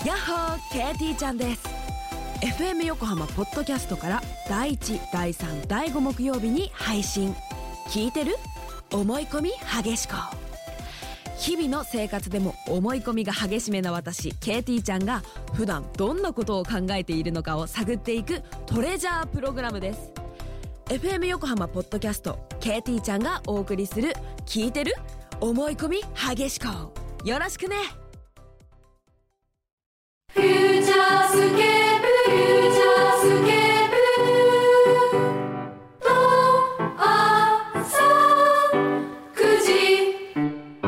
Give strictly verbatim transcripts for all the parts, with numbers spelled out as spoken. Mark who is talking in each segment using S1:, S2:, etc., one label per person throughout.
S1: やっほー、ケーティーちゃんです。 エフエム 横浜ポッドキャストからだいいち、だいさん、だいご木曜日に配信。聞いてる？思い込み激しこ。日々の生活でも思い込みが激しめな私 ケーティー ちゃんが普段どんなことを考えているのかを探っていくトレジャープログラムです。 エフエム 横浜ポッドキャスト ケーティー ちゃんがお送りする聞いてる？思い込み激しこ。よろしくね。
S2: フューチャースケープ、フューチャースケープと朝くじ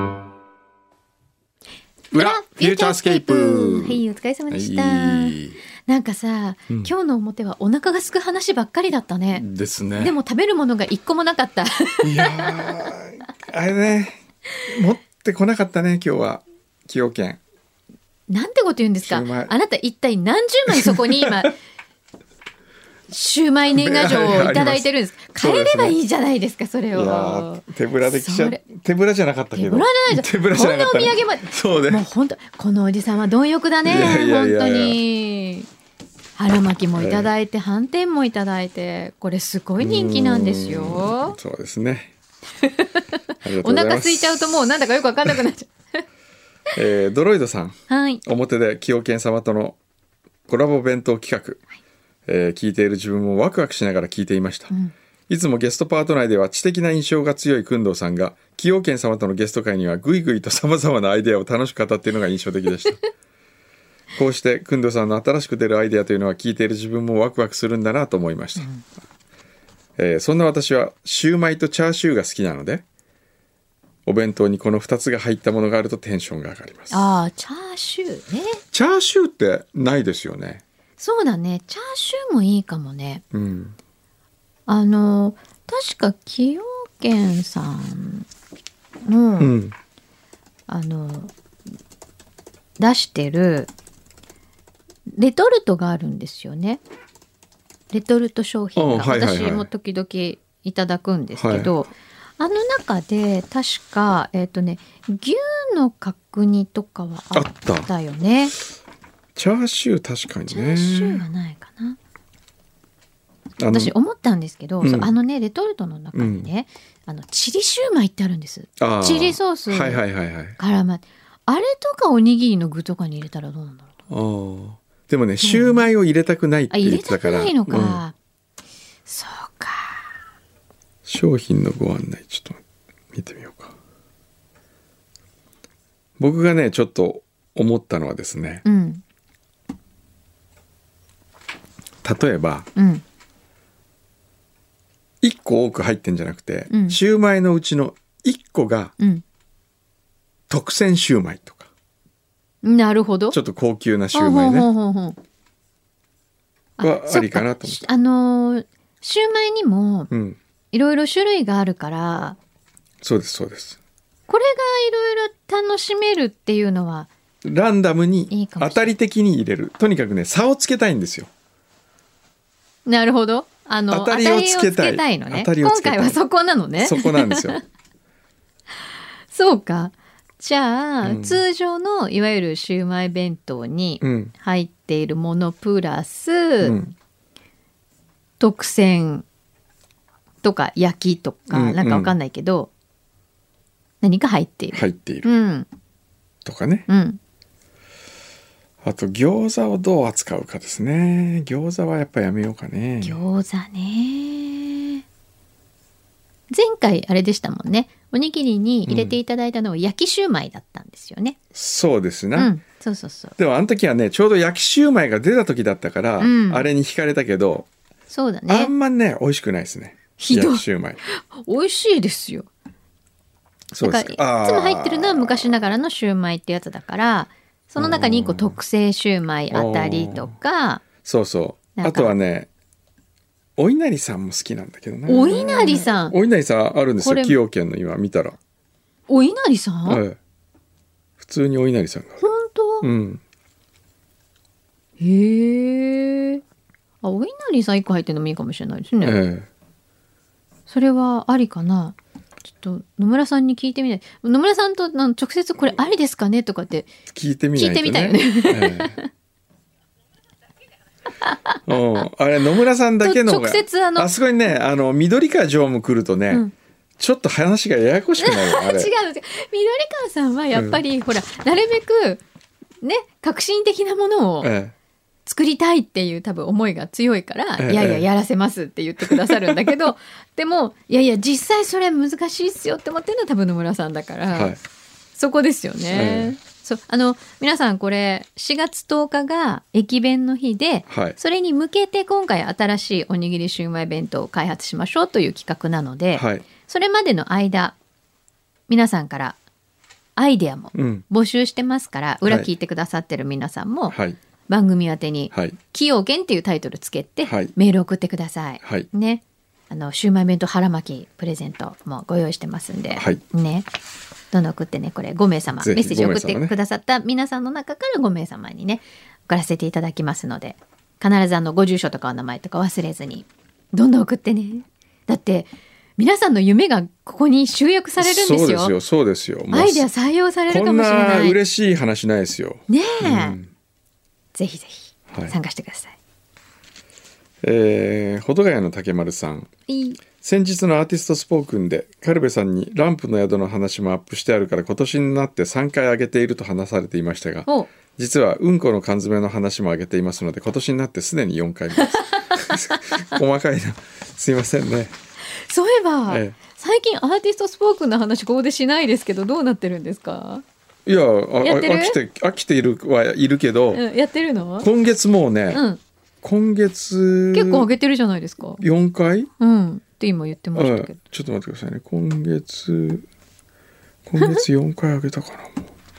S3: 裏フューチャースケープ。
S4: はい、お疲れ様でした。
S3: はい、
S4: なんかさ、うん、今日の表はお腹が空く話ばっかりだったね。
S3: ですね。
S4: でも食べるものが一個もなかった。
S3: いやあれね、持ってこなかったね今日は崎陽軒。なん
S4: てこと言うんですか。あなた一体何十枚そこに今シューマイ年賀状をいただいてるんです。変えればいいじゃないですか、それを。
S3: いや手ぶらできちゃ手ぶらじゃなかったけど。
S4: 手ぶらじゃないです。手ぶらじゃなかった。こんなお土産まで。
S3: そうね。
S4: もう本当このおじさんは貪欲だね。いやいやいやいや本当に。春巻きもいただいて、はんてんもいただいて、これすごい人気なんですよ。
S3: そうですね。
S4: お腹空いちゃうともうなんだかよく分かんなくなっちゃう。
S3: えー、ドロイドさん、
S4: はい、
S3: 表で崎陽軒様とのコラボ弁当企画、はいえー、聞いている自分もワクワクしながら聞いていました、うん、いつもゲストパート内では知的な印象が強い工藤さんが崎陽軒様とのゲスト会にはぐいぐいとさまざまなアイデアを楽しく語っているのが印象的でしたこうして工藤さんの新しく出るアイデアというのは聞いている自分もワクワクするんだなと思いました、うんえー、そんな私はシューマイとチャーシューが好きなのでお弁当にこのふたつが入ったものがあるとテンションが上がります。
S4: ああ、チャーシューね。
S3: チャーシューってないですよね。
S4: そうだね。チャーシューもいいかもね。
S3: うん、
S4: あの確か崎陽軒さんの、うん、あの出してるレトルトがあるんですよね。レトルト商品が、はいはいはい、私も時々いただくんですけど。はいあの中で確か、えーとね、牛の角煮とかはあったよね。
S3: チャーシュー確かにね。
S4: チャーシューはないかな。私思ったんですけど、うん、あのねレトルトの中にね、うん、あのチリシューマイってあるんです。チリソース
S3: はいはいはいはい。
S4: 絡まって、あれとかおにぎりの具とかに入れたらどうなんだろ
S3: う。あでもね、シューマイを入れたくないって言ってたから。
S4: あ入れたくないのか。うん、そうか。
S3: 商品のご案内ちょっと見てみようか。僕がねちょっと思ったのはですね、
S4: うん、
S3: 例えば、
S4: うん、
S3: いっこ多く入ってんじゃなくて、
S4: うん、
S3: シューマイのうちのいっこが特選シューマイとか、
S4: うん、なるほど。
S3: ちょっと高級なシューマイね
S4: ほうほうほうほ
S3: うはありかなと思って。
S4: あのー、シューマイにも、
S3: うん
S4: いろいろ種類があるから。
S3: そうですそうです。
S4: これがいろいろ楽しめるっていうのは
S3: ランダムに
S4: いいかもしれない。
S3: 当たり的に入れる。とにかくね差をつけたいんですよ。
S4: なるほど。あの
S3: 当たりをつけたい、
S4: 当たりをつけたいのね。
S3: 当たりをつけたい。
S4: 今回はそこなのね。
S3: そこなんですよ
S4: そうか。じゃあ、
S3: うん、
S4: 通常のいわゆるシューマイ弁当に入っているものプラス、うん、特選とか焼きとか、うんうん、なんかわかんないけど何か入っている
S3: 入っている、
S4: うん、
S3: とかね、
S4: うん、
S3: あと餃子をどう扱うかですね。餃子はやっぱやめようかね。
S4: 餃子ね。前回あれでしたもんね。おにぎりに入れていただいたのは焼きシューマイだったんですよね、うん、
S3: そうですな、
S4: うん、そうそうそう。
S3: でもあの時はねちょうど焼きシューマイが出た時だったから、うん、あれに惹かれたけど
S4: そうだね。
S3: あんまね美味しくないですね。
S4: ひどい。
S3: 焼きシューマイ
S4: 美味しいですよ。
S3: そうですか。
S4: だからいつも入ってるのは昔ながらのシューマイってやつだから、その中にいっこ特製シューマイあたりとか。
S3: そうそう。あとはねお稲荷さんも好きなんだけどね。
S4: お稲荷さん
S3: お稲荷さんあるんですよ。崎陽軒の今見たら
S4: お稲荷さん、
S3: はい、普通にお稲荷さんがある。
S4: 本当、
S3: うん、
S4: へえ。あ、お稲荷さんいっこ入ってるのもいいかもしれないですね、
S3: ええ、
S4: それはありかな。 ちょっと野村さんに聞いてみたい。野村さんとあの直接これありですかねとかって
S3: 聞いてみないとね。
S4: 聞いてみたいよね。
S3: ええうん、あれ野村さんだけの方が
S4: 直接あの
S3: あそこにねあの緑川常務来るとね、うん、ちょっと話がややこしくなるあれ
S4: 違う緑川さんはやっぱり、うん、ほらなるべくね革新的なものを作りたいっていう多分思いが強いから、ええ、いやいややらせますって言ってくださるんだけど、ええ、でもいやいや実際それ難しいっすよって思ってるのは多分野村さんだから、はい、そこですよね、ええ、そうあの皆さんこれしがつとおかが駅弁の日で、はい、それに向けて今回新しいおにぎりシウマイ弁当を開発しましょうという企画なので、はい、それまでの間皆さんからアイデアも募集してますから、うん、裏聞いてくださってる皆さんも、はい、番組宛てに崎陽軒っていうタイトルつけて、はい、メール送ってください、はい、ね、あのシウマイ弁当腹巻きプレゼントもご用意してますんで、はい、ね、どんどん送ってね、これごめいさまメッセージ送ってくださった皆さんの中からごめいさまにね送らせていただきますので、必ずあのご住所とかお名前とか忘れずにどんどん送ってね。だって皆さんの夢がここに集約されるんですよ。
S3: そうですよ、そうですよ。
S4: アイデア採用されるかもしれない。
S3: こんな嬉しい話ないですよ。
S4: ねえ、うん、ぜひぜひ参加してください。はい、
S3: えー、保土ヶ谷の竹丸さん、いい先日のアーティストスポークンで軽部さんにランプの宿の話もアップしてあるから今年になってさんかい上げていると話されていましたが、実はうんこの缶詰の話も上げていますので今年になってすでによんかいめです細かいな、すいませんね。
S4: そういえば、ええ、最近アーティストスポークンの話ここでしないですけどどうなってるんですか？
S3: いや、あ飽きて飽きているはいるけど、
S4: うん、やってるの？今
S3: 月もうね、うん、今月
S4: 結構上げてるじゃないですか。
S3: よんかい、
S4: うんって今言ってましたけど、
S3: ちょっと待ってくださいね。今月今月よんかい上げたかなもう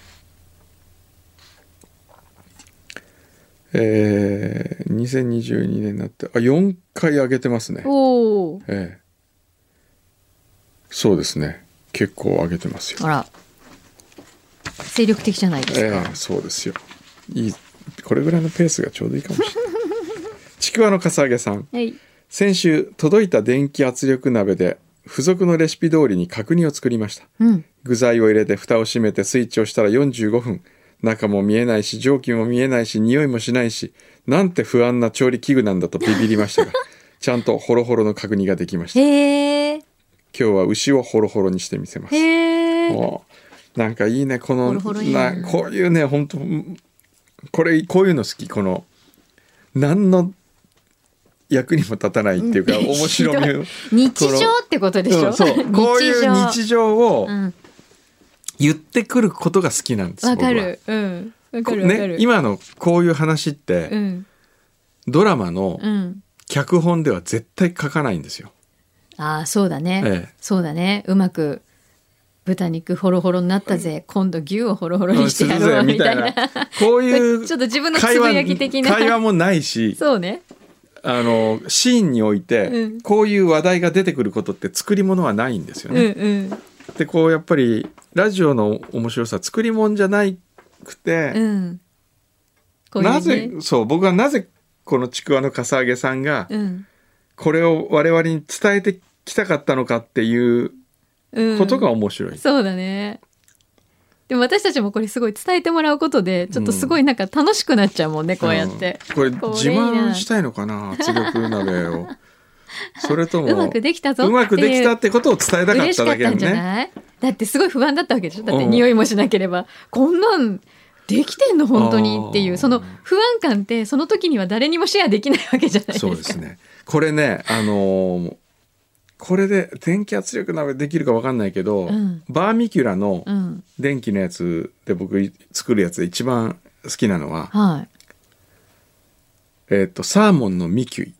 S3: えー、にせんにじゅうにねんになってあよんかい上げてますね。
S4: おー、
S3: えー、そうですね、結構上げてますよ。
S4: あら精力的じゃないですか。
S3: えー、そうですよ。いい、これぐらいのペースがちょうどいいかもしれないちくわのかさあげさん、はい、先週届いた電気圧力鍋で付属のレシピ通りに角煮を作りました、うん、具材を入れて蓋を閉めてスイッチをしたらよんじゅうごふん、中も見えないし蒸気も見えないし匂いもしないし、なんて不安な調理器具なんだとビビりましたがちゃんとホロホロの角煮ができました。
S4: へー、
S3: 今日は牛をホロホロにしてみせます。
S4: へー、
S3: なんかいいねこの
S4: ホロホロ
S3: な、こういうね本当これこういうの好き。この何の役にも立たないっていうか面白みを
S4: 日常ってことでしょ、うん、
S3: そうこういう日常を言ってくることが好きなんです。
S4: わかる、うん、わかるわかる、
S3: ね、今のこういう話って、うん、ドラマの脚本では絶対書かないんですよ。
S4: ああそうだね、ええ、そうだね、うまく豚肉ホロホロになったぜ、うん、今度牛をホロホロにしてやろうみたいな
S3: こういう
S4: ちょっと自分のつぶやき的な
S3: 会話もないし
S4: そうね、
S3: あのシーンにおいて、うん、こういう話題が出てくることって作り物はないんですよね、うんうん、でこうやっぱりラジオの面白さ作り物じゃなくて、うんこういうね、なぜそう僕はなぜこのちくわのかさあげさんが、うん、これを我々に伝えてきたかったのかっていうことが面白い、うん、
S4: そうだね。でも私たちもこれすごい伝えてもらうことでちょっとすごいなんか楽しくなっちゃうもんね、うん、こうやって、
S3: うん、これ自慢したいのかな圧力鍋をそれとも
S4: うまくできたぞっていう、
S3: うまくできたってことを伝えたかっただけのね。嬉しかったんじゃない？だ
S4: ってすごい不安だったわけでしょ。だって匂いもしなければ、うん、こんなんできてんの本当にっていうその不安感ってその時には誰にもシェアできないわけじゃないですか。
S3: そうですね。これね、あのー、これで電気圧力鍋できるか分かんないけど、うん、バーミキュラの電気のやつで僕作るやつで一番好きなのは、はい、えーと、サーモンのミキュイ。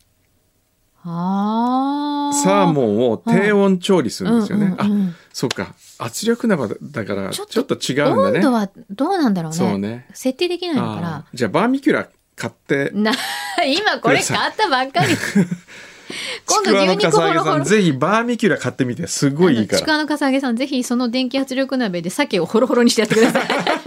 S4: あ
S3: サーモンを低温調理するんですよね、うんうんうん、あ、そうか、圧力鍋だからちょっと違うんだね。
S4: 温度はどうなんだろうね。そうね、設定できないのかな。
S3: じゃあバーミキュラ買って
S4: な今これ買ったばっかり今度牛肉ホロホロ
S3: ぜひバーミキュラ買ってみて、すごいいいから。
S4: ちくわのかさあげさんぜひその電気圧力鍋で鮭をホロホロにしてやってください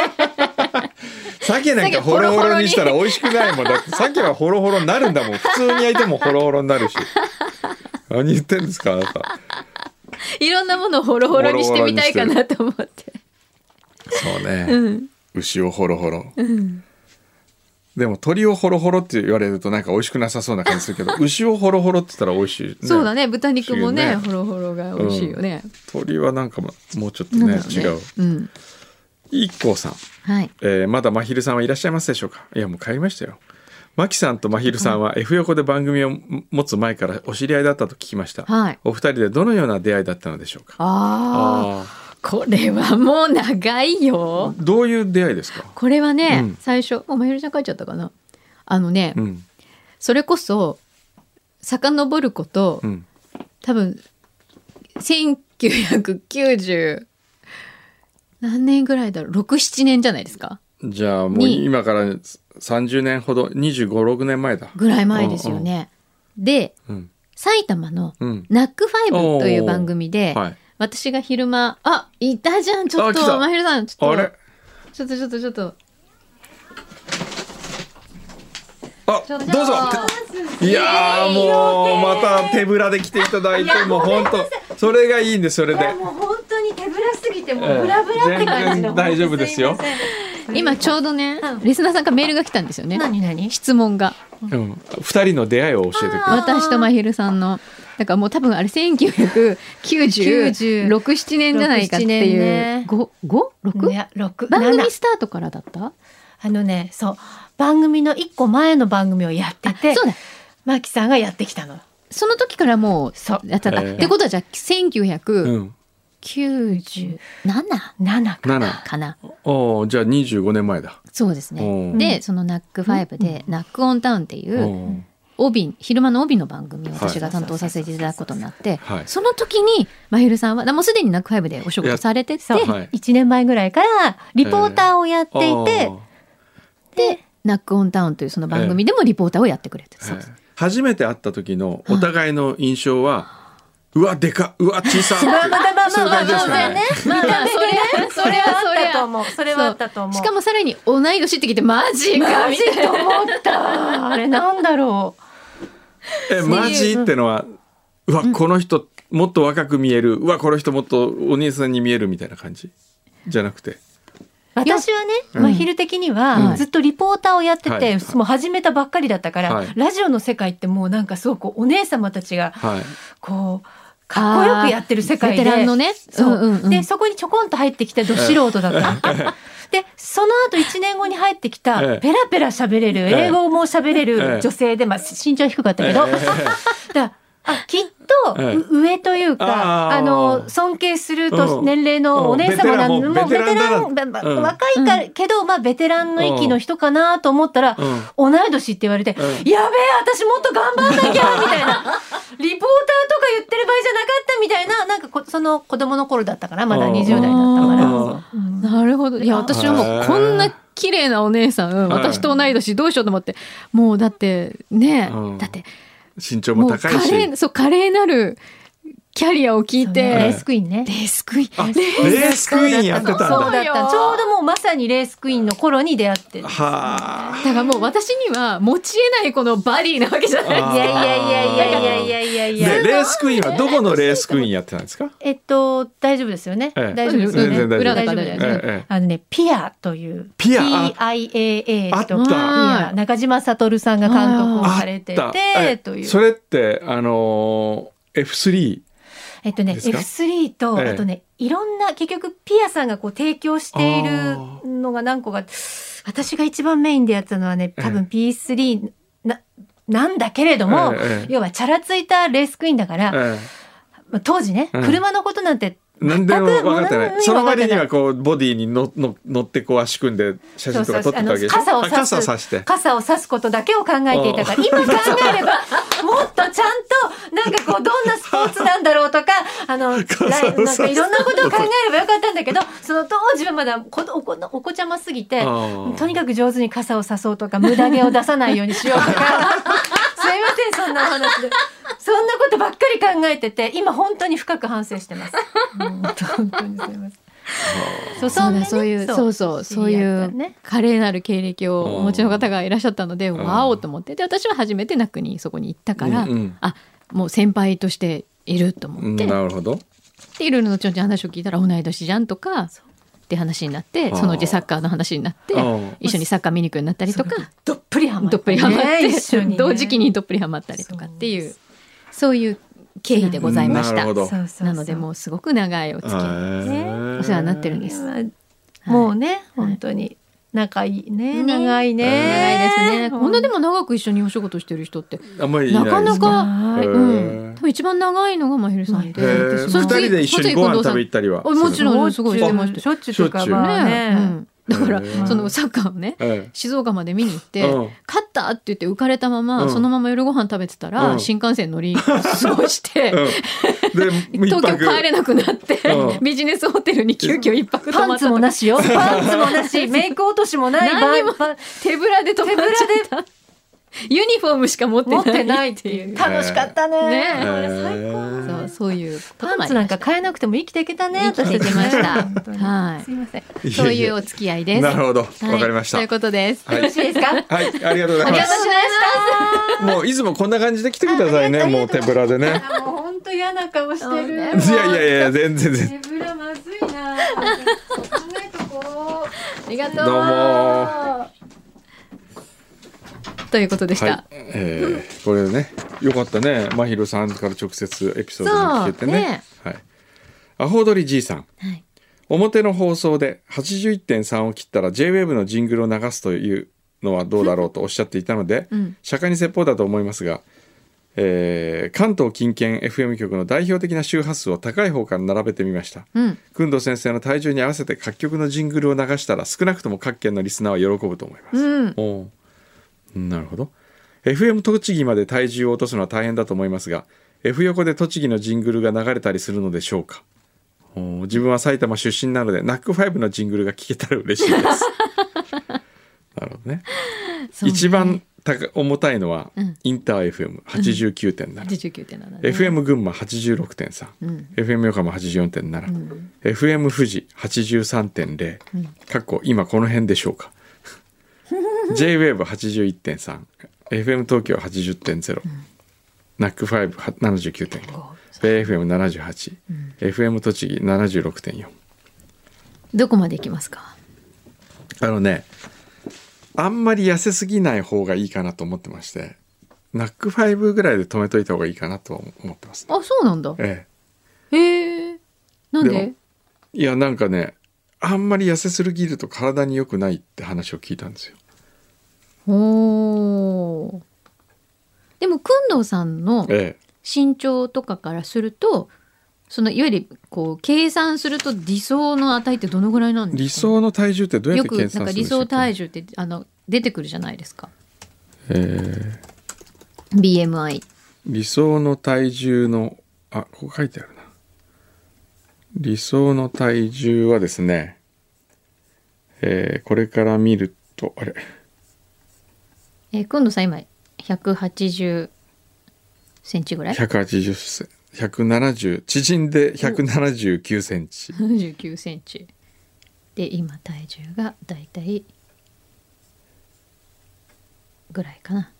S3: 鮭なんかホロホロにしたら美味しくないもん。だって鮭はホロホロになるんだもん。普通に焼いてもホロホロになるし何言ってんですかあなた。
S4: いろんなものをホロホロにしてみたいかなと思って。
S3: そうね、
S4: うん、
S3: 牛をホロホロ、
S4: うん、
S3: でも鳥をホロホロって言われるとなんか美味しくなさそうな感じするけど牛をホロホロって言ったら美味しい、ね、
S4: そうだね、豚肉も ね, ねホロホロが美味しいよね、うん、
S3: 鳥はなんかもうちょっと ね, ね違う、うん、いっこうさん、
S4: はい
S3: えー、まだまひるさんはいらっしゃいますでしょうか。いやもう帰りましたよ。まきさんとまひるさんは F 横で番組を持つ前からお知り合いだったと聞きました、
S4: はい、
S3: お二人でどのような出会いだったのでしょうか。
S4: ああこれはもう長いよ。
S3: どういう出会いですか。
S4: これはね、
S3: うん、
S4: 最初もうまひるちゃん帰っちゃったかな。あのね、
S3: うん、
S4: それこそ遡ること、うん、多分せんきゅうひゃくきゅうじゅう何年ぐらいだろう、ろく、ななねんじゃないですか。
S3: じゃあもう今からさんじゅうねんほど、にじゅうご、ろくねんまえだ
S4: ぐらい前ですよね、うん、で、うん、埼玉のナックファイブという番組で、はい、私が昼間、あ、いたじゃん、ちょっとまひるさん、ちょっと
S3: あれ
S4: ちょっとちょっとちょっと
S3: あ、どうぞ。いやーもうまた手ぶらで来ていただいて、もう本当それがいいんです。それで
S5: もう本当に手ぶらすぎてもうブラブラって感じの、
S3: 全然大丈夫ですよ。
S4: 今ちょうどね、うん、リスナーさんからメールが来たんですよね。
S5: 何何質
S4: 問が、
S3: うん、ふたりの出会いを教えてくれる。
S4: 私とまひるさんのだからもう多分あれせんきゅうひゃくきゅうじゅうろく、ななねんじゃないかっていう、ね、ご、ご、ろく?
S5: いやろく
S4: 番組スタートからだった。
S5: あのね、そう番組のいっこまえの番組をやってて、
S4: そうだ、
S5: マキさんがやってきたの。
S4: その時からもうやってた、えー、ってことはじゃあせんきゅうひゃくきゅうじゅうななかなかな。
S3: おじゃあにじゅうごねんまえだ。
S4: そうですね。でそのナックファイブで、うん、ナックオンタウンっていう帯、昼間の帯の番組を私が担当させていただくことになって、はい、その時にまひるさんはもうすでにナックファイブでお仕事されてて、
S5: はい、いちねんまえぐらいからリポーターをやっていて、
S4: えー、でナックオンタウンというその番組でもリポーターをやってくれて、えー、そうです。
S3: 初めて会った時のお互いの印象は、はい、うわでかうわ小さ
S5: まあまあまあまあまあまあね、
S4: まあまあそれそれはそれ
S5: はあったと思う。それはあったと思う。
S4: しかもさらに同い年って聞いてマジかみたいな
S5: と思ったあれなんだろ
S3: う。えマジってのはうわこの人もっと若く見える、うわこの人もっとお兄さんに見えるみたいな感じじゃなくて、
S5: 私はね、まひる的にはずっとリポーターをやってて、はい、もう始めたばっかりだったから、はい、ラジオの世界ってもうなんかすごくお姉様たちがこうかっこよくやってる世界で、
S4: ベテランのね、
S5: そう、うんうんうん、でそこにちょこんと入ってきたど素人だったでその後いちねんごに入ってきたペラペラ喋れる、英語も喋れる女性で、まあ、身長低かったけど、だあきっと上というか、あの尊敬すると年齢のお姉様なんで、もうベテラン、若いからけど、まあベテランの域の人かなと思ったら、同い年って言われて、やべえ私もっと頑張んなきゃみたいな、リポーターとか言ってる場合じゃなかったみたいな、なんかこその子供の頃だったから、まだにじゅう代だったから。
S4: なるほど。いや私はもうこんな綺麗なお姉さん、私と同い年どうしようと思って、もうだってね、だって
S3: 身長も高いし、
S4: もう華麗、そう華麗なるキャリアを聞いて、
S5: レースクイーンね。
S4: レースクイーン。
S3: レースクイーンやってたんだ。
S5: そうだった。ちょうどもうまさにレースクイーンの頃に出会ってる。
S3: はあ。
S4: だからもう私には持ち得ないこのバディなわけじゃないですか。
S5: いやいやいやいやいやいやいやいや。
S3: でレースクイーンはどこのレースクイーンやってたんですか。
S5: えっと大丈夫ですよね。
S3: ええ、
S5: 大丈夫ですよね。
S4: 裏
S5: 大丈夫ですよね。ええ、あのねピアという
S3: ピア
S5: ピーアイエーエー とピア中島悟さんが監督をされててという。
S3: それってあのー、エフスリー。
S5: えっとね、エフスリー と、ええ、あとね、いろんな、結局、ピアさんがこう提供しているのが何個か、私が一番メインでやってたのはね、多分 ピースリー な、なんだけれども、ええ、要はチャラついたレースクイーンだから、ええ、当時ね、うん、車のことなんて、
S3: 何でも分かってない。その割にはこうボディにのの乗ってこう足組んで写真とか撮ってたわけでしょ。
S5: 傘を差す、
S3: 傘差して
S5: 傘を差すことだけを考えていたから、今考えればもっとちゃんとなんかこうどんなスポーツなんだろうとか、あのなんかいろんなことを考えればよかったんだけど、その当時はまだこおこお子ちゃますぎて、とにかく上手に傘を差そうとか無駄毛を出さないようにしようとか。すいませんそんなお話で。そんなことばっかり考えてて、今本当に深く反省してます。本当にすいません。
S4: そうそうね、そういうそうそうそういう華麗なる経歴をお持ちの方がいらっしゃったので、わおと思って、で私は初めてナックにそこに行ったから、うんうん、あもう先輩としていると思って、
S3: うん、なるほど。
S4: でいろいろのちょんちゃん話を聞いたら同い年じゃんとかって話になってそのうちサッカーの話になって一緒にサッカー見に行くようになったりとか
S5: どっぷりハマって、
S4: どっぷりハマって
S5: 一緒にね
S4: 同時期にどっぷりハマったりとかっていうそういう経緯でございました
S3: なるほど
S5: そうそうそう
S4: なのでもうすごく長いお付き合い
S3: へー
S4: お世話になってるんです
S5: もうね、本当に仲いいね、
S4: ね
S5: 長いね、
S4: 長いですねこんなで
S5: も
S4: も長く一緒にお仕事してる人って
S3: あんまりいない
S4: な
S3: です
S4: かなか
S3: へー
S4: うん多分一番長いのがまひるさんで
S3: へー
S4: その次
S3: 二人で一緒にご飯食べ行ったりは
S4: あもちろんすごいしてました
S5: しょっちゅうとかまあ
S4: ね
S5: ね、
S4: うんだから
S3: へー
S4: そのサッカーをね
S3: ええ
S4: 静岡まで見に行って
S3: うん
S4: 勝ったって言って浮かれたまま、
S3: うん
S4: そのまま夜ご飯食べてたら、
S3: うん
S4: 新幹線乗り過ごして、
S3: うん、で
S4: 東京帰れなくなって、
S3: うん
S4: ビジネスホテルに急遽一泊泊
S5: パンツ
S4: まったとか
S5: もなしよパンツもなしメイク落としもない
S4: 何にも
S5: ばば
S4: 手ぶらで泊まっちゃったユニフォームしか持ってない
S5: 持ってないっていう楽しかったね
S4: ね
S5: これ最
S3: へ
S5: 高
S3: ー
S4: そうそういうこともあ
S5: パンツなん
S4: りました
S5: か買えなくても生きていけたね
S4: 生きていけました
S5: 私たちね
S4: はい
S5: すいません
S3: い
S4: そういうお付き合いです
S3: なるほど、わ
S4: はい
S3: かりました。
S4: ということです、
S3: はい
S5: よろしいですか
S3: はい、ありがとうござい
S4: ありがとうご
S3: ま。
S4: ざいます
S3: もういつもこんな感じで来てくださいね、もう手ぶらでね。
S5: あもう本当嫌な顔してる
S3: いやいやいや、全然全然。
S5: 手ぶらまずいな考えとこ
S4: ありがとう
S3: どうも
S4: ということでした、
S3: はい、えー、これね、よかったね、まひろさんから直接エピソードも聞けてね。
S4: そうね
S3: はい。アホドリじいさん。
S4: はい
S3: 表の放送で はちじゅういってんさん を切ったら ジェイウェーブ のジングルを流すというのはどうだろうとおっしゃっていたので、
S4: うん
S3: 釈迦に説法だと思いますが、えー関東近県 エフエム 局の代表的な周波数を高い方から並べてみました。
S4: うん
S3: 工藤先生の体重に合わせて各局のジングルを流したら少なくとも各県のリスナーは喜ぶと思います。
S4: うん
S3: おーなるほど。 エフエム 栃木まで体重を落とすのは大変だと思いますが F 横で栃木のジングルが流れたりするのでしょうか。おー自分は埼玉出身なのでナックファイブのジングルが聞けたら嬉しいですなるほどね。
S4: そうね
S3: 一番高重たいのは、
S4: うん
S3: インター エフエムはちじゅうきゅうてんなな、
S4: はちじゅうきゅうてんなな、ね、
S3: エフエム 群馬 はちじゅうろくてんさん、
S4: うん
S3: エフエム 横浜 はちじゅうよんてんなな、
S4: うん
S3: エフエム 富士 はちじゅうさんてんゼロ、
S4: うん
S3: かっこ今この辺でしょうかジェイウェーブ はちじゅういってんさん エフエム 東京 はちじゅうてんゼロ、ナックファイブ ななじゅうきゅうてんご ベイ エフエムななじゅうはち、エフエム 栃木 ななじゅうろくてんよん。
S4: どこまで行きますか。
S3: あのねあんまり痩せすぎない方がいいかなと思ってまして、ナックファイブぐらいで止めといた方がいいかなと思ってます、
S4: あ、そうなんだ。
S3: え
S4: へえ。なんで
S3: でもえ、いやなんかねあんまり痩せすぎると体に良くないって話を聞いたんですよ。
S4: おー。でも、くんどうさんの
S3: え
S4: 身長とかからすると、そのいわゆるこう計算すると理想の値ってどのぐらいなん
S3: え、理
S4: ですか、ね、
S3: 想の体重ってどうやって
S4: よく
S3: 計算するんで
S4: なんか理想
S3: すか。
S4: 体重ってあの出てくるじゃないですか。
S3: ええ、
S4: ビーエムアイ。
S3: 理想の体重のあここ書いてあるな。理想の体重はですね、えーこれから見るとあれ
S4: えー、くんどうさん今ひゃくはちじゅっセンチぐらい
S3: ひゃくはちじゅっセンチひゃくななじゅう縮んでひゃくななじゅうきゅうセンチ。
S4: ななじゅうきゅうセンチで今体重がだいたいぐらいかな。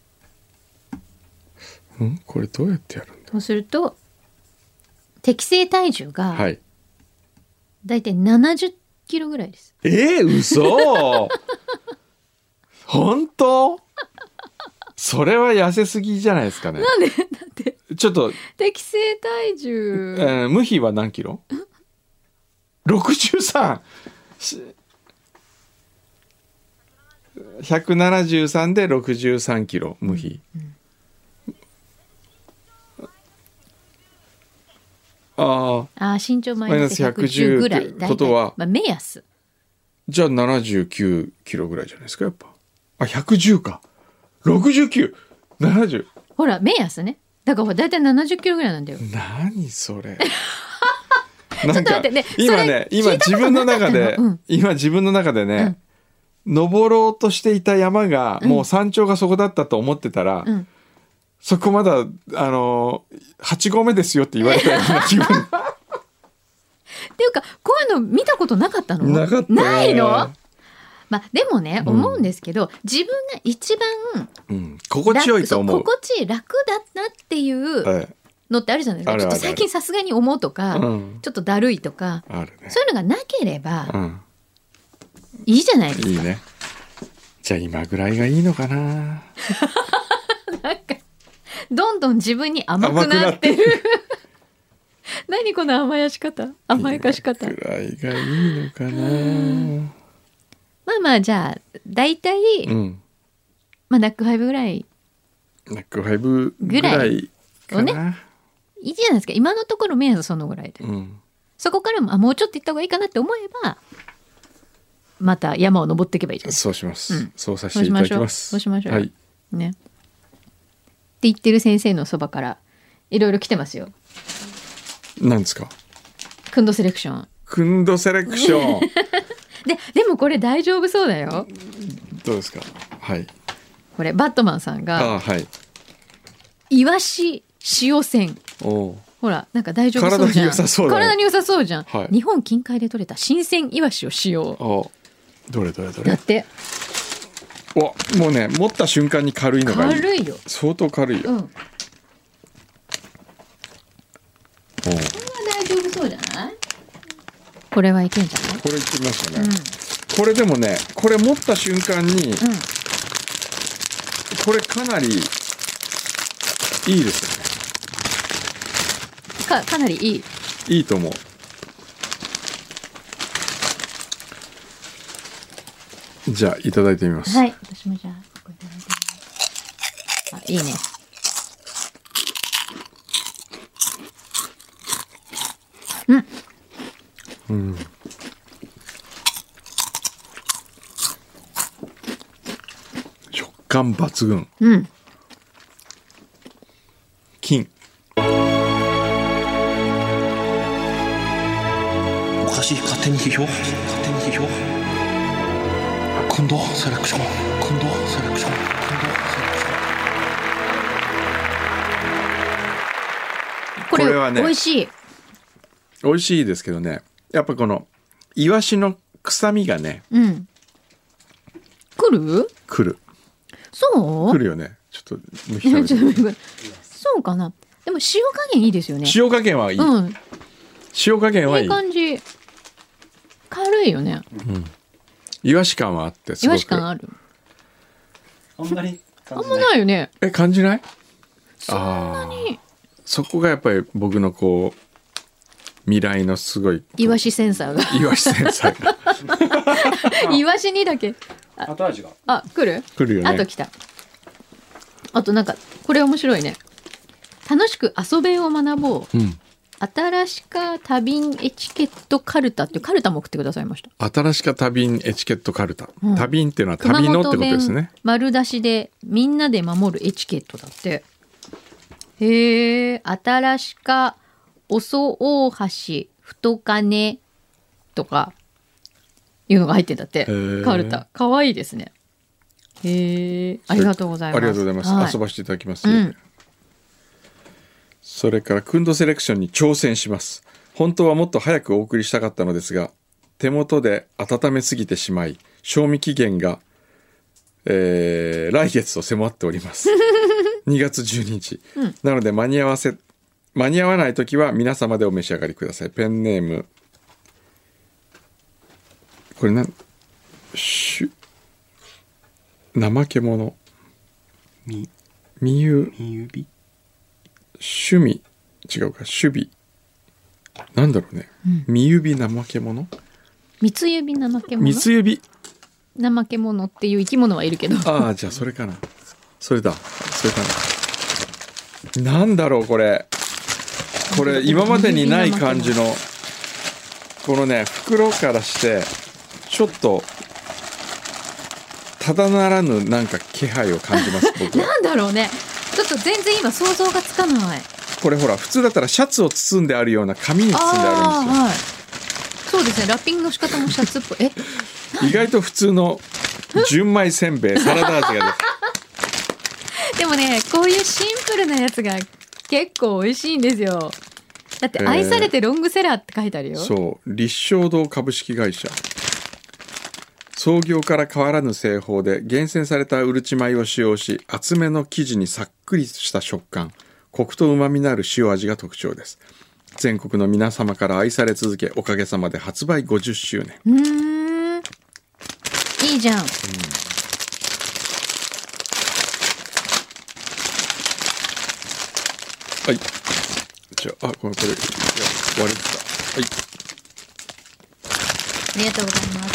S3: うんこれどうやってやるんだ。
S4: そうすると適正体重が
S3: はい。
S4: だいたいななじゅっキロぐらいです。
S3: えー、嘘本当それは痩せすぎじゃないですかね。
S4: なんでだって
S3: ちょっと、
S4: 適正体重
S3: えー、無比は何キロ ?ろくじゅうさん ひゃくななじゅうさんでろくじゅうさんキロ無比、ああ
S4: あー身長マイナスひゃくじゅうぐらい
S3: マイナスひゃくじゅうってことは
S4: だいたいまあ、目安
S3: じゃあななじゅうきゅうキロぐらいじゃないですかやっぱ。あひゃくじゅうかろくじゅうきゅう ななじゅう
S4: ほら目安ね。だからだいたいななじゅっキロぐらいなんだよ。
S3: 何それ
S4: ちょっと待ってね
S3: 今ね今
S4: それ聞いたこと
S3: 自分の中
S4: なか
S3: で、
S4: ったのうん
S3: 今自分の中でね、登ろうとしていた山が、もう山頂がそこだったと思ってたら、
S4: うん
S3: そこまだあのはち合目ですよって言われたような気分
S4: っていうかこういうの見たことなかったの？
S3: なかったね
S4: ないの？まあでもね、
S3: うん
S4: 思うんですけど自分が一番
S3: うん、心地よいと思う
S4: 楽そう心地いい楽だったっていう
S3: ええ
S4: のってあるじゃないですか。
S3: あるあるある
S4: ちょっと最近さすがに重とか、
S3: うん
S4: ちょっとだるいとか、
S3: あるね。
S4: そういうのがなければ
S3: うん。
S4: いいじゃないですか。
S3: いいね。じゃあ今ぐらいがいいのかな。
S4: なんかどんどん自分に甘くなってる。何この甘やし方、甘やかし方。
S3: 今ぐらいがいいのかな。
S4: まあまあじゃあだいたい、
S3: うん。
S4: まあナックファイブぐらい
S3: ナックファイブぐらいかな。
S4: ぐらいいじゃないですか。今のところ目安そのぐらいで、
S3: うん。
S4: そこからもあもうちょっと行った方がいいかなって思えばまた山を登っていけばいいじゃないです
S3: そうします。
S4: うん
S3: そうさせていただきます。
S4: そうしましょう
S3: はい。
S4: かね。って言ってる先生のそばからいろいろ来てますよ。
S3: なんですか。
S4: クンドセレクション
S3: クンドセレクション。
S4: ででもこれ大丈夫そうだよ。
S3: どうですか。はい。
S4: これバットマンさん
S3: あ
S4: が
S3: あ、はい。
S4: イワシ塩泉、
S3: おう。
S4: ほらなんか大丈夫そうじゃん。
S3: 体に良さそうだね
S4: 体に良さそうじゃん、
S3: はい
S4: 日本近海で採れた新鮮イワシを使用
S3: おどれどれどれ。
S4: だって
S3: おもうね持った瞬間に軽いのがいい。
S4: 軽いよ。
S3: 相当軽いよ。
S4: うん、こ
S3: おう
S4: れは大丈夫そうじゃない？これはいけんじゃない？
S3: これいってみましたね。
S4: うん
S3: これでもねこれ持った瞬間に
S4: うん
S3: これかなりいいです
S4: かかなりいい。
S3: よね。いいと思う。じゃあいただいてみます。
S4: はい私もじゃあここいただいてみます。あいいね。
S3: うん。食感抜群。
S4: うん
S3: 金。
S6: おかしい勝手に批評勝手に批評今度セレクション今度セレクション今度セレクション
S4: これ
S3: これはね
S4: 美味しい。
S3: 美味しいですけどねやっぱこのイワシの臭みがね
S4: うん来る？
S3: くる
S4: そう？
S3: くるよね。ちょっとむひ食べて
S4: ちょっと待ってそうかな。でも塩加減いいですよね。
S3: 塩加減はいい、
S4: うん
S3: 塩加減はいい
S4: いい感じ。軽いよね。
S3: イワシ感はあってす
S4: イ
S3: ごく
S4: ワシ感ある。
S6: あんまり
S4: あんまないよね。
S3: え感じない？
S4: そんなに
S3: そこがやっぱり僕のこう未来のすごい
S4: イワシセンサーが
S3: イワシセンサーが
S4: イワシにだけ
S6: 後味が
S4: あ来る？
S3: 来るよね。
S4: あと来た。あとなんかこれ面白いね。楽しく遊べを学ぼう。
S3: うん
S4: 新しか多便エチケットカルタっていうカルタも送ってくださいました。
S3: 新しか多便エチケットカルタ、
S4: うん
S3: 多便っていうのは旅のってことですね。
S4: 丸出しでみんなで守るエチケットだって。へえ、新しかおそ大橋太金とかいうのが入ってんだって
S3: ー
S4: カルタ。かわいいですね。へえ、ありがとうございます。
S3: ありがとうございます、
S4: はい
S3: 遊ばせていただきます、
S4: うん
S3: それからクンドセレクションに挑戦します。本当はもっと早くお送りしたかったのですが手元で温めすぎてしまい賞味期限が、えー来月と迫っておりますにがつじゅうににち、
S4: うん、
S3: なので間に合わせ間に合わない時は皆様でお召し上がりください。ペンネームこれなんしゅ怠け者
S6: み
S3: みゆ
S6: み指
S3: 趣味違うか守備なんだろうね、みゆび怠け者
S4: 三つ指怠け
S3: 三
S4: 者
S3: つ指
S4: 怠け者っていう生き物はいるけど
S3: ああじゃあそれかなそれだそれかななんだろうこれこれ今までにない感じのこのね袋からしてちょっとただならぬなんか気配を感じます僕は
S4: なんだろうね。ちょっと全然今想像がつかない。
S3: これほら普通だったらシャツを包んであるような紙に包んであるんですよ、
S4: あーはい。そうですね。ラッピングの仕方もシャツっぽい。え、
S3: 意外と普通の純米せんべいサラダ味が
S4: でもね、こういうシンプルなやつが結構美味しいんですよ。だって愛されてロングセラーって書いてあるよ。
S3: そう立正堂株式会社創業から変わらぬ製法で厳選されたうるち米を使用し厚めの生地にさっくりした食感コクと旨味のある塩味が特徴です。全国の皆様から愛され続け、おかげさまで発売ごじゅっしゅうねん。
S4: うーん、いいじゃん。
S3: はい。じゃあ、あ、これ、これ、いや割れてた。はい。
S4: ありがとうございます。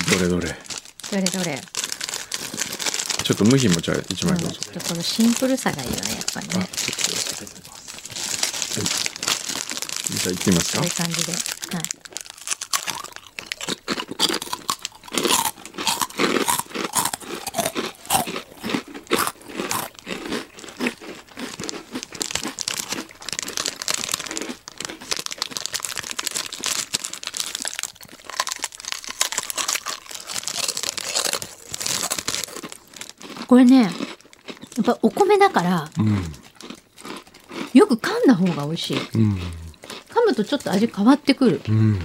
S3: どれどれ。
S4: どれどれ。
S3: ちょっと無比もじゃあ一枚どうぞ。
S4: ちょっとこのシンプルさがいいよね、やっぱり
S3: あ、
S4: ね。
S3: ちょっとはい。じゃあ行ってみますか。
S4: こういう感じで。はい。これね、やっぱお米だから、
S3: うん。
S4: よく噛んだ方が美味しい。
S3: うん。
S4: 噛むとちょっと味変わってくる。
S3: うん。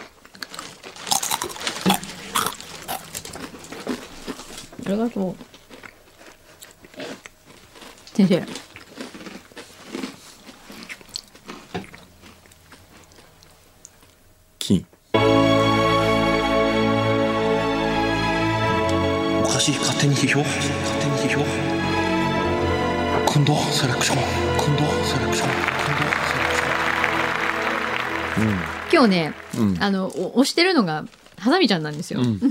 S4: ありがとう。先生。
S3: 金。
S6: おかしい、勝手に批評勝手に批評今度セレクション今度セレクション
S4: 今日ね、
S3: うん。
S4: あのお押してるのがハサミちゃんなんですよ。
S3: うん。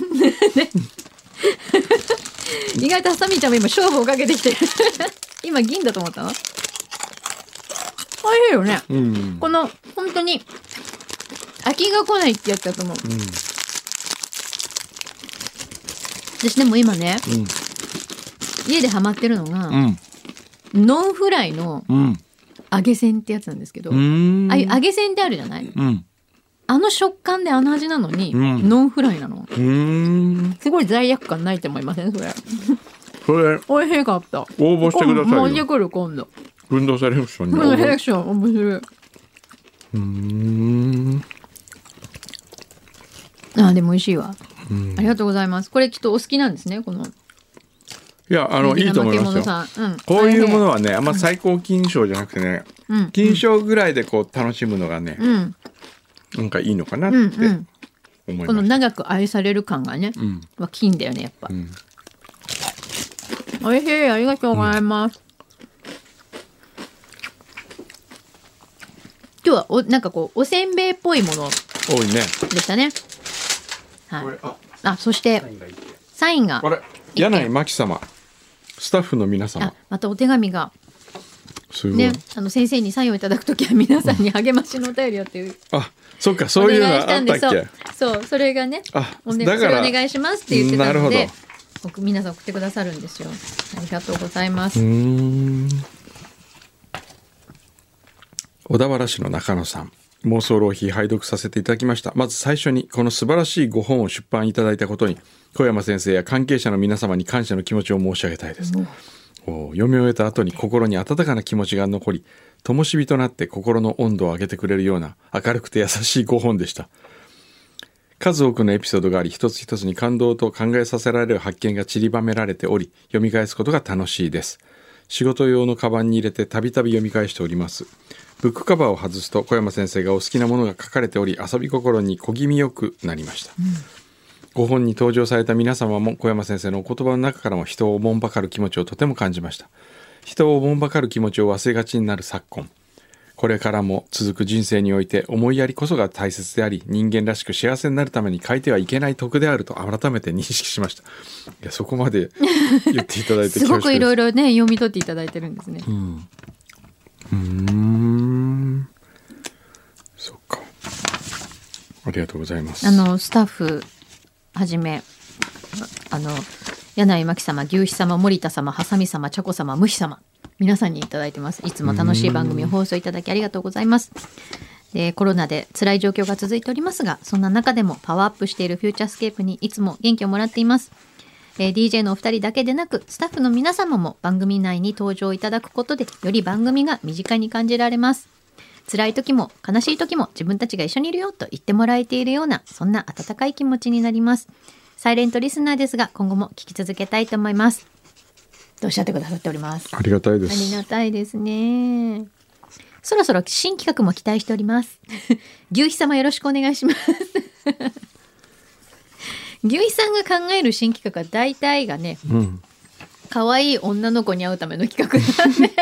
S4: 意外とハサミちゃんも今勝負をかけてきてる。今銀だと思ったの？美味しいよね。
S3: うん。
S4: この本当に飽きが来ないってやつだと思う。
S3: うん。
S4: 私でも今ね、
S3: うん。
S4: 家でハマってるのが、
S3: うん。
S4: ノンフライの
S3: うん。
S4: 揚げせんってやつなんですけど、
S3: うん。
S4: ああいう揚げせんってあるじゃない？
S3: うん。
S4: あの食感であの味なのに、
S3: うん
S4: ノンフライなの。
S3: うん。
S4: すごい罪悪感ないと思いませんそれ。
S3: これ
S4: 美味しかった。
S3: 応募してくださいよ。
S4: 今度持ってくる今度。
S3: 運動セレクションに応
S4: このセレ
S3: 募。
S4: クション面白い。
S3: うん。
S4: あでも美味しいわ。
S3: うん
S4: ありがとうございます。これきっとお好きなんですねこの。
S3: いや、あの、いいと思いますよ。
S4: さん。うん。
S3: こういうものはね、あんま最高金賞じゃなくてね、
S4: うん。
S3: 金賞ぐらいでこう楽しむのがね、
S4: うん。
S3: なんかいいのかなっ
S4: うん。
S3: て
S4: うん。
S3: 思いました。
S4: この長く愛される感がね、
S3: うん。
S4: は金だよねやっぱ。
S3: うん。
S4: 美味しい。ありがとうございます。今日はおなんかこうおせんべいっぽいもの
S3: 多いね。
S4: でしたね。はい。
S3: あ、
S4: あそしてサインが
S3: あれ、柳井真紀様、スタッフの皆様
S4: あ、またお手紙が
S3: すごい。
S4: ね、あの先生にサインをいただくときは皆さんに励ましのお便りをっていう
S3: あ、そっか、そういうの
S4: お願い
S3: あったっけ。
S4: したんでそうそうそれがね
S3: あ、
S4: おね
S3: だから。
S4: それお願いしますって言ってた
S3: なるほど
S4: ので僕皆さん送ってくださるんですよ。ありがとうございます。
S3: うーん。小田原市の中野さん、妄想浪費拝読させていただきました。まず最初にこの素晴らしいご本を出版いただいたことに小山先生や関係者の皆様に感謝の気持ちを申し上げたいです。お読み終えた後に心に温かな気持ちが残り、灯火となって心の温度を上げてくれるような明るくて優しいご本でした。数多くのエピソードがあり、一つ一つに感動と考えさせられる発見が散りばめられており、読み返すことが楽しいです。仕事用のカバンに入れてたびたび読み返しております。ブックカバーを外すと小山先生がお好きなものが書かれており、遊び心に小気味よくなりました。うん、ご本に登場された皆様も小山先生のお言葉の中からも人をおもんばかる気持ちをとても感じました。人をおもんばかる気持ちを忘れがちになる昨今、これからも続く人生において思いやりこそが大切であり、人間らしく幸せになるために書いてはいけない徳であると改めて認識しました。いや、そこまで言っていただいて
S4: すごくいろいろね読み取っていただいてるんですね。
S3: うん、うーん、そっか、ありがとうございます。
S4: あのスタッフはじめ、あの柳井真紀様、牛肥様、森田様、ハサミ様、茶子様、無比様、皆さんにいただいてます。いつも楽しい番組を放送いただきありがとうございます。でコロナで辛い状況が続いておりますが、そんな中でもパワーアップしているフューチャースケープにいつも元気をもらっています。えー、ディージェー のお二人だけでなくスタッフの皆様も番組内に登場いただくことでより番組が身近に感じられます。辛い時も悲しい時も自分たちが一緒にいるよと言ってもらえているような、そんな温かい気持ちになります。サイレントリスナーですが今後も聞き続けたいと思います。
S5: とおっしゃってくださっております。
S3: ありがたいで
S5: あり
S3: す。
S5: がたいですね。そろそろ新企画も期待しております牛肥様よろしくお願いします牛肥さんが考える新企画は大体がね、
S3: うん、
S5: 可愛い女の子に会うための企画なんで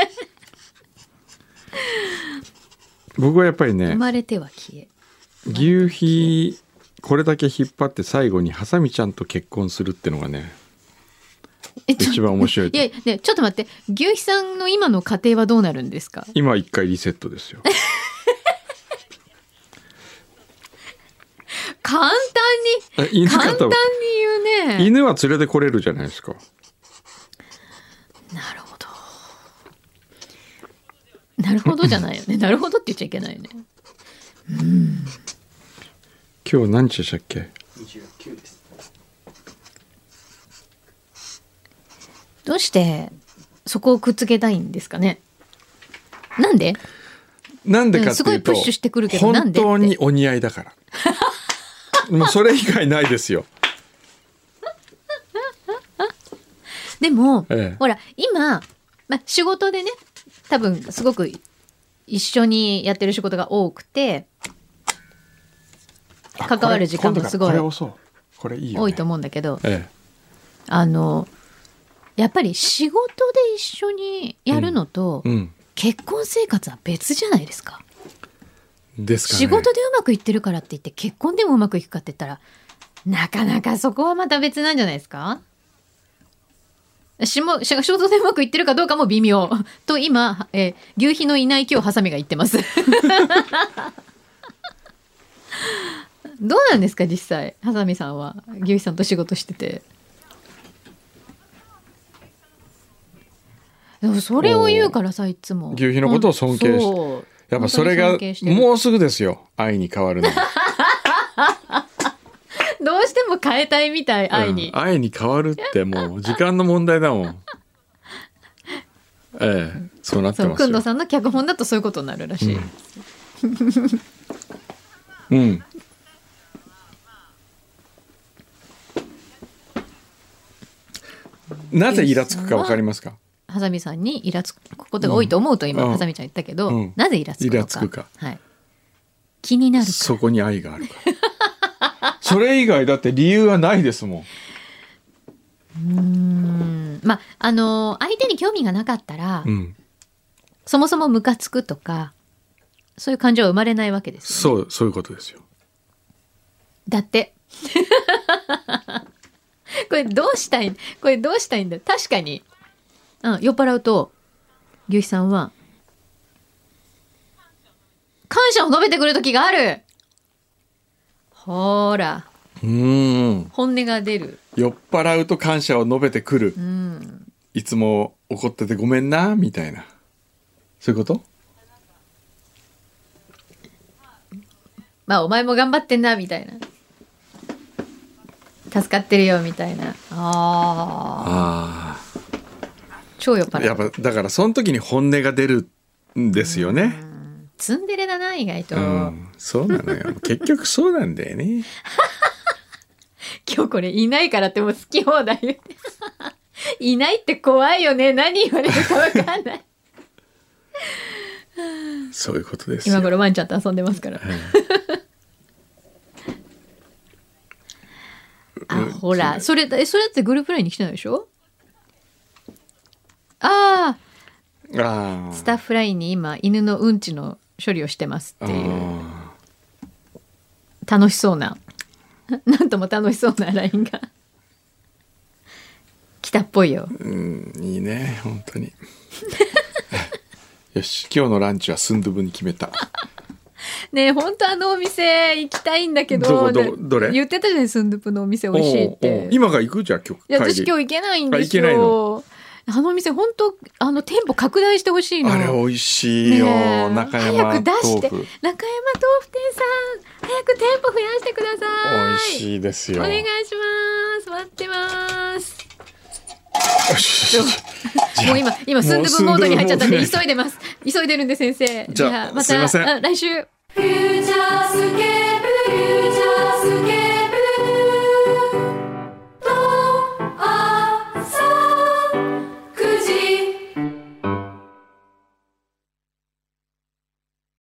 S3: 僕はやっぱり
S5: 生
S3: ね、
S5: まれては消え
S3: 牛皮これだけ引っ張って最後にハサミちゃんと結婚するってのがね、
S5: えちょ
S3: 一番面白いと
S5: いやねちょっと待って、牛肥さんの今の家庭はどうなるんですか？
S3: 今一回リセットですよ
S5: 簡単に
S3: 犬かと
S5: 簡単に言うね。
S3: 犬は連れてこれるじゃないですか。
S5: なるほどなるほどじゃないよねなるほどって言っちゃいけないよね。うん
S3: 今日何日でしたっけ？
S6: にじゅうきゅうです。
S5: どうしてそこをくっつけたいんですかね。なんで？
S3: なんでかっていうと、
S5: うんすごいプッシュしてくるけどなん
S3: 本
S5: でって
S3: 当にお似合いだからもうそれ以外ないですよ。
S5: でも、
S3: ええ
S5: ほら今、まあ、仕事でね多分すごく一緒にやってる仕事が多くて関わる時間もすごい
S3: これこれそうこれいいよ、ね、
S5: 多いと思うんだけど、
S3: ええ、
S5: あのやっぱり仕事で一緒にやるのと、
S3: うん
S5: 結婚生活は別じゃないですか。
S3: ですかね。
S5: 仕事でうまくいってるからって言って結婚でもうまくいくかって言ったらなかなかそこはまた別なんじゃないですか。しも仕事でうまくいってるかどうかも微妙と今、えー、牛皮のいない今日ハサミが言ってますどうなんですか実際ハサミさんは牛皮さんと仕事してて。でもそれを言うからさいつも
S3: 牛皮のことを尊敬し
S5: そう
S3: やっぱそれがもうすぐですよ愛に変わるの
S5: どうしても変えたいみたい愛に、
S3: うん、愛に変わるってもう時間の問題だもんええそうなって
S5: そう
S3: ますよ。
S5: くんどさんの脚本だとそういうことになるらしい、
S3: うん、うんなぜイラつくかわかりますか？
S5: ハサミさんにイラつくことが多いと思うと今、
S3: うん
S5: ハサミちゃん言ったけど、
S3: うん
S5: なぜイラつくのか
S3: イラつくか
S5: はい、気になるか
S3: そこに愛があるからそれ以外だって理由はないですもん。
S5: うーんまああの相手に興味がなかったら、
S3: うん、
S5: そもそもムカつくとかそういう感情は生まれないわけですよね。
S3: そうそういうことですよ。
S5: だってこれどうしたいこれどうしたいんだ。確かに、うん、酔っ払うと牛皮さんは感謝を述べてくる時がある。ほーら
S3: うーん
S5: 本音が出る。
S3: 酔っ払うと感謝を述べてくる、
S5: うん
S3: いつも怒っててごめんなみたいなそういうこと。
S5: まあお前も頑張ってんなみたいな助かってるよみたいな。あ
S3: あ
S5: 超酔っ払う。
S3: あやっぱだからその時に本音が出るんですよね。
S5: ツンデレだな意外と、
S3: うんそうなのよ結局そうなんだよね
S5: 今日これいないからってもう好き放題言っていないって怖いよね。何言われるか分かんない
S3: そういうことですよ。
S5: 今頃ワンちゃんと遊んでますからあほらそれえそれだってグループラインに来てないでしょ。ああ
S3: あ
S5: スタッフラインに今犬のうんちの処理をしてますっていう
S3: あ
S5: 楽しそうななんとも楽しそうなラインが来たっぽいよ。
S3: うんいいね本当によし今日のランチはスンドゥブに決めた
S5: ねえ本当あのお店行きたいんだけど
S3: どこどどれ
S5: 言ってたじゃないスンドゥプのお店美味しいっ
S3: おうお
S5: て
S3: う。今が行くじゃん今日
S5: いや
S3: 帰り
S5: 私今日行けないんです
S3: あ行けない
S5: よ
S3: の。
S5: あのお店本当あの店舗拡大してほしいの。
S3: あれ美味しいよ、
S5: ねえ
S3: 中山
S5: 早く出して
S3: 豆腐
S5: 中山豆腐店さん早く店舗増やしてください。
S3: 美味しいですよ。
S5: お願いします待ってます
S3: よし
S5: もう今今スンドゥブモードに入っちゃったんで
S3: もうスンドゥブモードに
S5: 急いでます急いでるんで先生
S3: じゃあ
S5: また
S3: すいません
S5: あ来週